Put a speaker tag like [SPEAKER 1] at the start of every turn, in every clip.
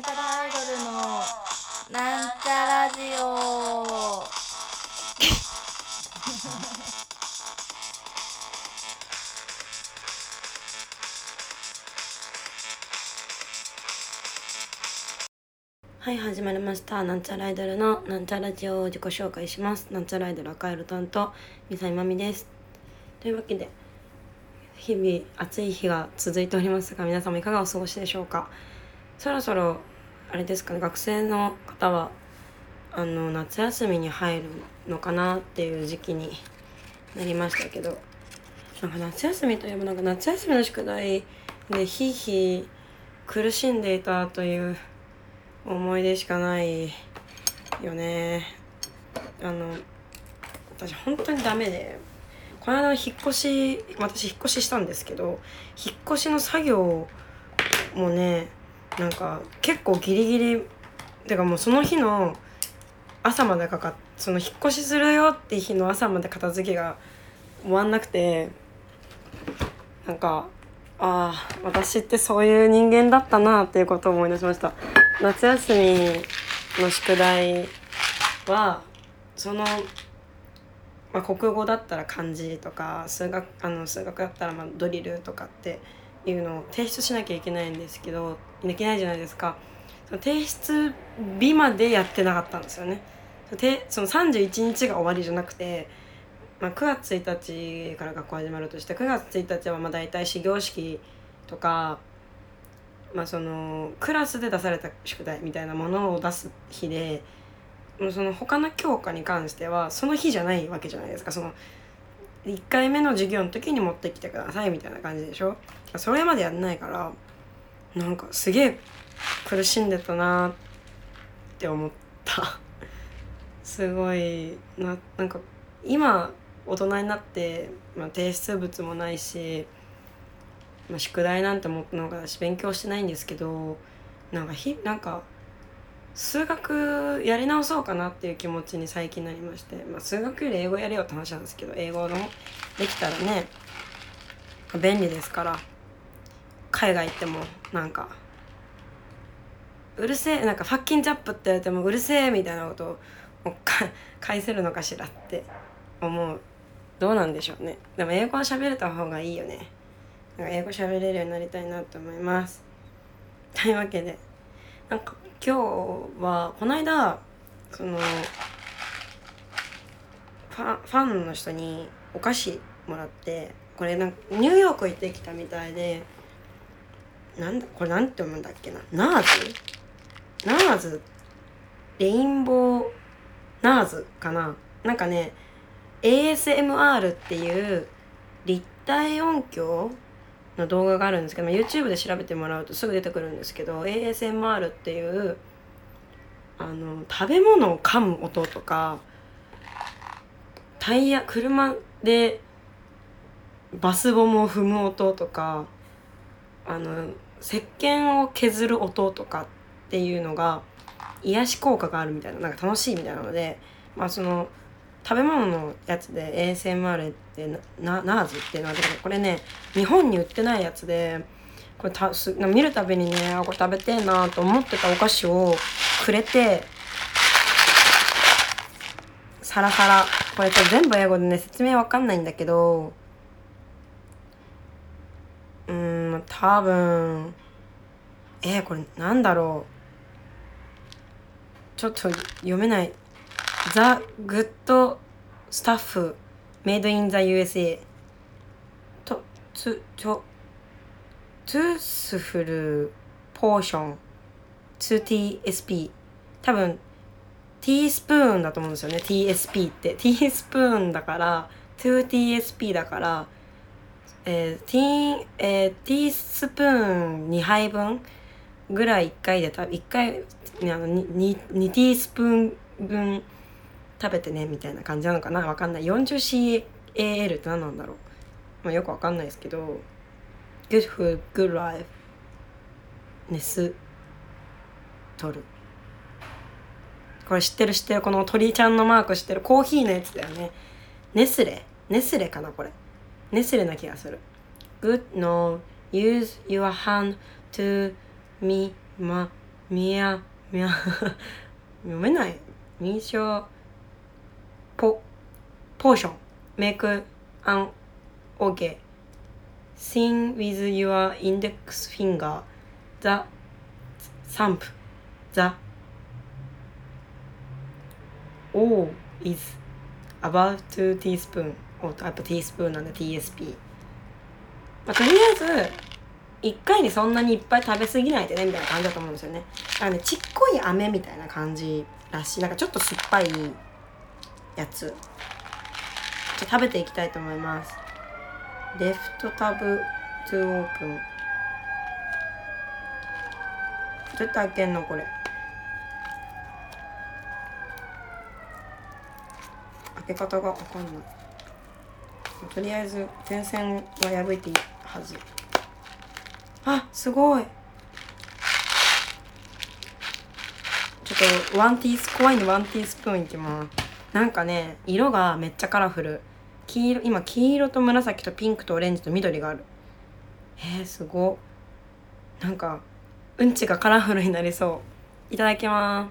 [SPEAKER 1] なんちゃらアイドルのなんちゃラジオ。
[SPEAKER 2] はい、始まりました。なんちゃらアイドルのなんちゃラジオを自己紹介します。なんちゃらアイドル赤色担当みさいまみです。というわけで日々暑い日が続いておりますが、皆様いかがお過ごしでしょうか。そろそろあれですかね、学生の方は夏休みに入るのかなっていう時期になりましたけど、なんか夏休みといえばなんか夏休みの宿題でひいひい苦しんでいたという思い出しかないよね。私本当にダメで、この間私引っ越ししたんですけど、引っ越しの作業もね、なんか結構ギリギリてかもうその日の朝までその引っ越しするよって日の朝まで片付けが終わんなくて、なんか私ってそういう人間だったなっていうことを思い出しました。夏休みの宿題は国語だったら漢字とか数学だったらドリルとかっていうのを提出しなきゃいけないんですけど、いけないじゃないですか。その提出日までやってなかったんですよね。その31日が終わりじゃなくて、9月1日から学校始まるとして、9月1日はだいたい始業式とか、そのクラスで出された宿題みたいなものを出す日で、その他の教科に関してはその日じゃないわけじゃないですか。その1回目の授業の時に持ってきてくださいみたいな感じでしょ。それまでやんないから、なんかすげえ苦しんでたなって思ったすごいなんか今大人になって、提出物もないし、宿題なんてもなんか私勉強してないんですけど、なんか数学やり直そうかなっていう気持ちに最近なりまして、数学より英語やれよって話なんですけど、英語のできたらね便利ですから、海外行ってもなんかうるせえ、なんかファッキンジャップって言われてもうるせえみたいなことを返せるのかしらって思う。どうなんでしょうね。でも英語は喋れた方がいいよね。なんか英語喋れるようになりたいなと思います。というわけで、なんか今日はこの間そのファンの人にお菓子もらって、これなんかニューヨーク行ってきたみたいで、これなんて読むんだっけな、ナーズレインボーナーズかな。なんかね ASMR っていう立体音響の動画があるんですけど、YouTube で調べてもらうとすぐ出てくるんですけど、 ASMR っていう食べ物を噛む音とか、車でバスボムを踏む音とか、石鹸を削る音とかっていうのが癒し効果があるみたいな、なんか楽しいみたいなので、その食べ物のやつで ASMR ってナーズっていうのは、これね日本に売ってないやつで、これ見るたびにね、これ食べてえなと思ってたお菓子をくれて、サラサラ、これ全部英語でね説明わかんないんだけど、多分これなんだろう、ちょっと読めない。The Good Stuff Made in the USA トゥースフルポーション 2TSP、 多分ティースプーンだと思うんですよね。 TSP ってティースプーンだから 2TSP だから、ティースプーン2杯分ぐらい1回で1回2ティースプーン分食べてねみたいな感じなのかな、わかんない。 40CAL って何なんだろう、よくわかんないですけど、 Good food, good life ネストル、これ知ってる、この鳥ちゃんのマーク知ってる、コーヒーのやつだよね。ネスレかな、これネスレな気がする。 Good no use your hand to me みや読めない認証ポーション make an OK sing with your index finger the thumb the O is about 2 teaspoon やっぱティースプーンなんで TSP、とりあえず1回にそんなにいっぱい食べ過ぎないでねみたいな感じだと思うんですよね。ちっこい飴みたいな感じらしい。なんかちょっと酸っぱいやつ。食べていきたいと思います。レフトタブ2オープン。どうやって開けんのこれ。開け方がわかんない。とりあえず点線は破いていいはず。あ、すごい。ちょっと怖いんでワンティースプーンいきます。なんかね、色がめっちゃカラフル。今黄色と紫とピンクとオレンジと緑がある。すご。なんかうんちがカラフルになりそう。いただきます。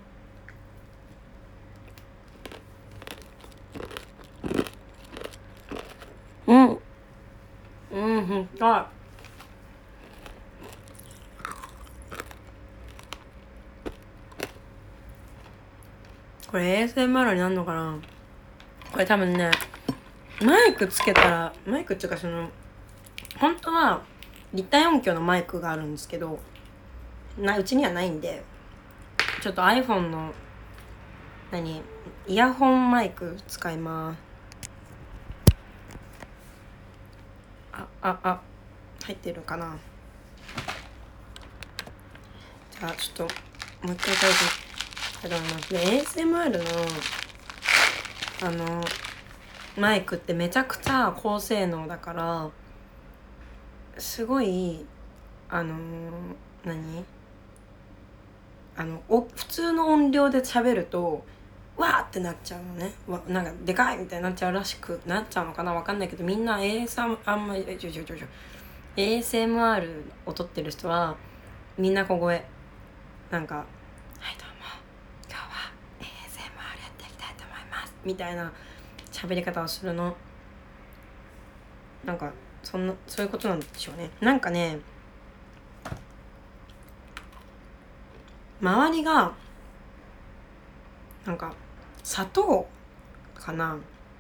[SPEAKER 2] これ ASMR になるのかな。これ多分ね、マイクつけたら、マイクっていうか本当は立体音響のマイクがあるんですけど、うちにはないんで、ちょっと iPhone のイヤホンマイク使います。入ってるかな。じゃあちょっともう一回食べていきたいと思います。で ASMR のマイクってめちゃくちゃ高性能だからすごい普通の音量で喋るとわーってなっちゃうのね。なんかでかいみたいになっちゃうらしくなっちゃうのかな、わかんないけど、みんな ASMR を撮ってる人はみんな小声なんか、はいどうも今日は ASMR やっていきたいと思いますみたいな喋り方をするの。なんかそういうことなんでしょうね。なんかね、周りがなんか砂糖かな、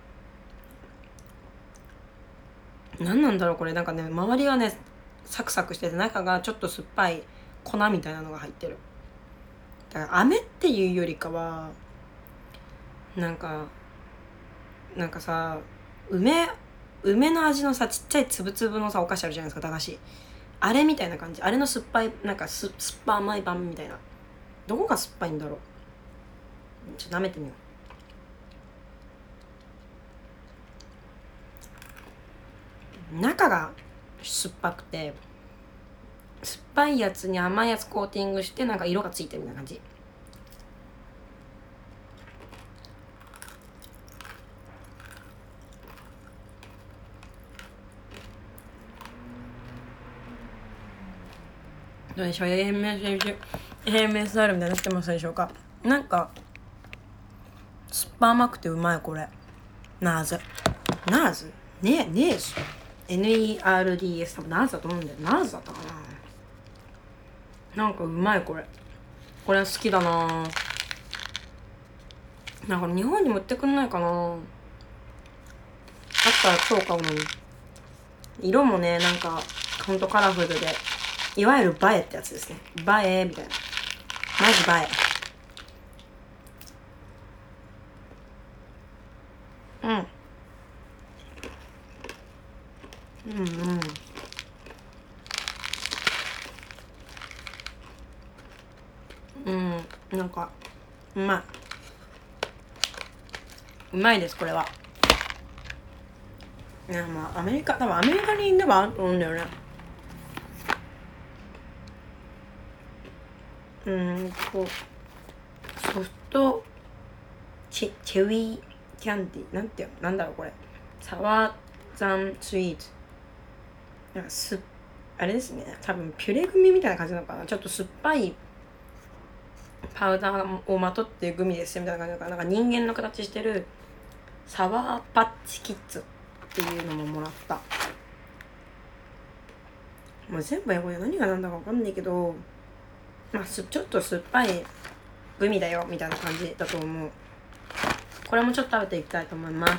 [SPEAKER 2] 何なんだろうこれ。なんかね、周りはねサクサクしてて中がちょっと酸っぱい粉みたいなのが入ってる。だから飴っていうよりかはなんかさ、梅の味のさ、ちっちゃいつぶつぶのさお菓子あるじゃないですか、駄菓子。あれみたいな感じ。あれの酸っぱい、なんか酸っぱ甘い版みたいな。どこが酸っぱいんだろう。ちょっと舐めてみよう。中が酸っぱくて、酸っぱいやつに甘いやつコーティングしてなんか色がついてるみたいな感じ。どうでしょう。 AMSR みたいになってますでしょうか。なんか酸っぱ甘くてうまいこれ。ナーズねえし NERDS 多分ナーズだと思うんだよ。ナーズだったかな。なんかうまいこれは好きだな。なんか日本に持ってくんないかな。あったら超買うのに。色もね、なんかほんとカラフルで、いわゆる映えってやつですね。映えみたいな。マジ映え。なんかうまいですこれは。いや、まあ多分アメリカにでもあると思うんだよね。ソフトチェリーキャンディなんだろうこれ。サワーザンスイーツ。なんかあれですね、多分ピュレグミみたいな感じなのかな。ちょっと酸っぱいパウダーをまとってグミですよみたいな感じだから、なんか人間の形してるサワーパッチキッズっていうのももらった。もう全部英語で何が何だか分かんないけど、まあちょっと酸っぱいグミだよみたいな感じだと思う。これもちょっと食べていきたいと思います。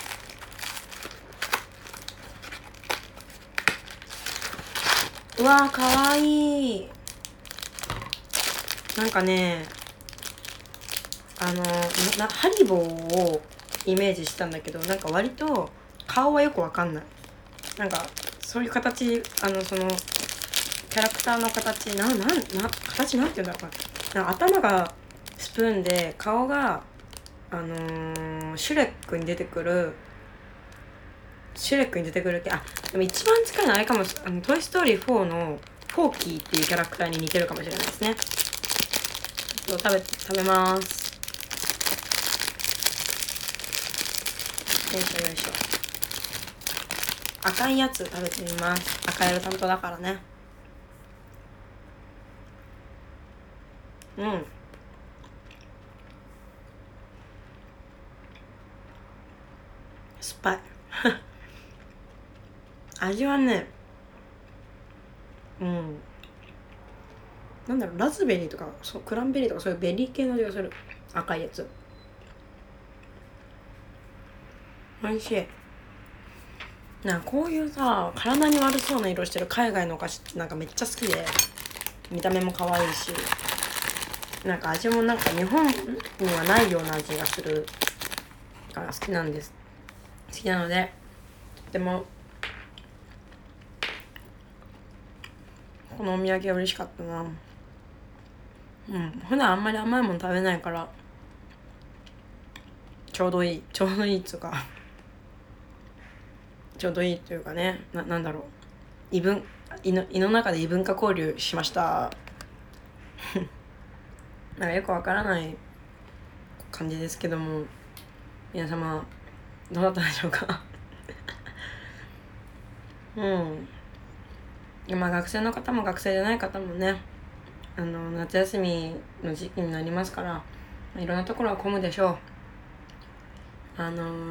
[SPEAKER 2] うわーかわいい。なんかね、ハリボーをイメージしたんだけど、なんか割と顔はよくわかんない。なんかそういう形、そのキャラクターの形、形なんていうんだろうな。頭がスプーンで、顔がシュレックに出てくるってでも一番近いのはあれかも。トイストーリー4のフォーキーっていうキャラクターに似てるかもしれないですね。食べます。よいしょよいしょ。赤いやつ食べてみます。赤色担当だからね。酸っぱい味はね、なんだろう、ラズベリーとかクランベリーとかそういうベリー系の味がする。赤いやつおいしい。なんかこういうさ、体に悪そうな色してる海外のお菓子ってなんかめっちゃ好きで、見た目も可愛いし、なんか味もなんか日本にはないような味がするから好きなので、とってもこのお土産嬉しかったな。普段あんまり甘いもの食べないからちょうどいいっつうかちょうどいいというかね、なんだろう、胃の中で異文化交流しましたなんかよくわからない感じですけども、皆様どうだったでしょうか今学生の方も学生じゃない方もね、夏休みの時期になりますから、いろんなところは混むでしょう。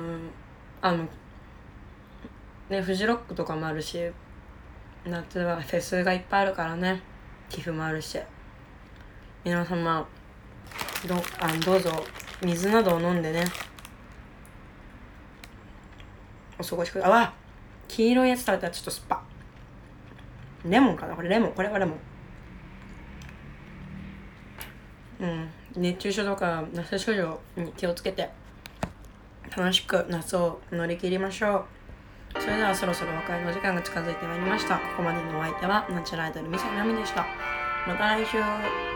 [SPEAKER 2] フジロックとかもあるし、夏はフェスがいっぱいあるからね、寄付もあるし、皆様どうぞ水などを飲んでね、お過ごしください。わ、黄色いやつ食べたらちょっと酸っぱ。レモンかな、これはレモン。熱中症とか夏症状に気をつけて楽しく夏を乗り切りましょう。それではそろそろお別れの時間が近づいてまいりました。ここまでのお相手はナチュラルアイドルみさみなみでした。また来週。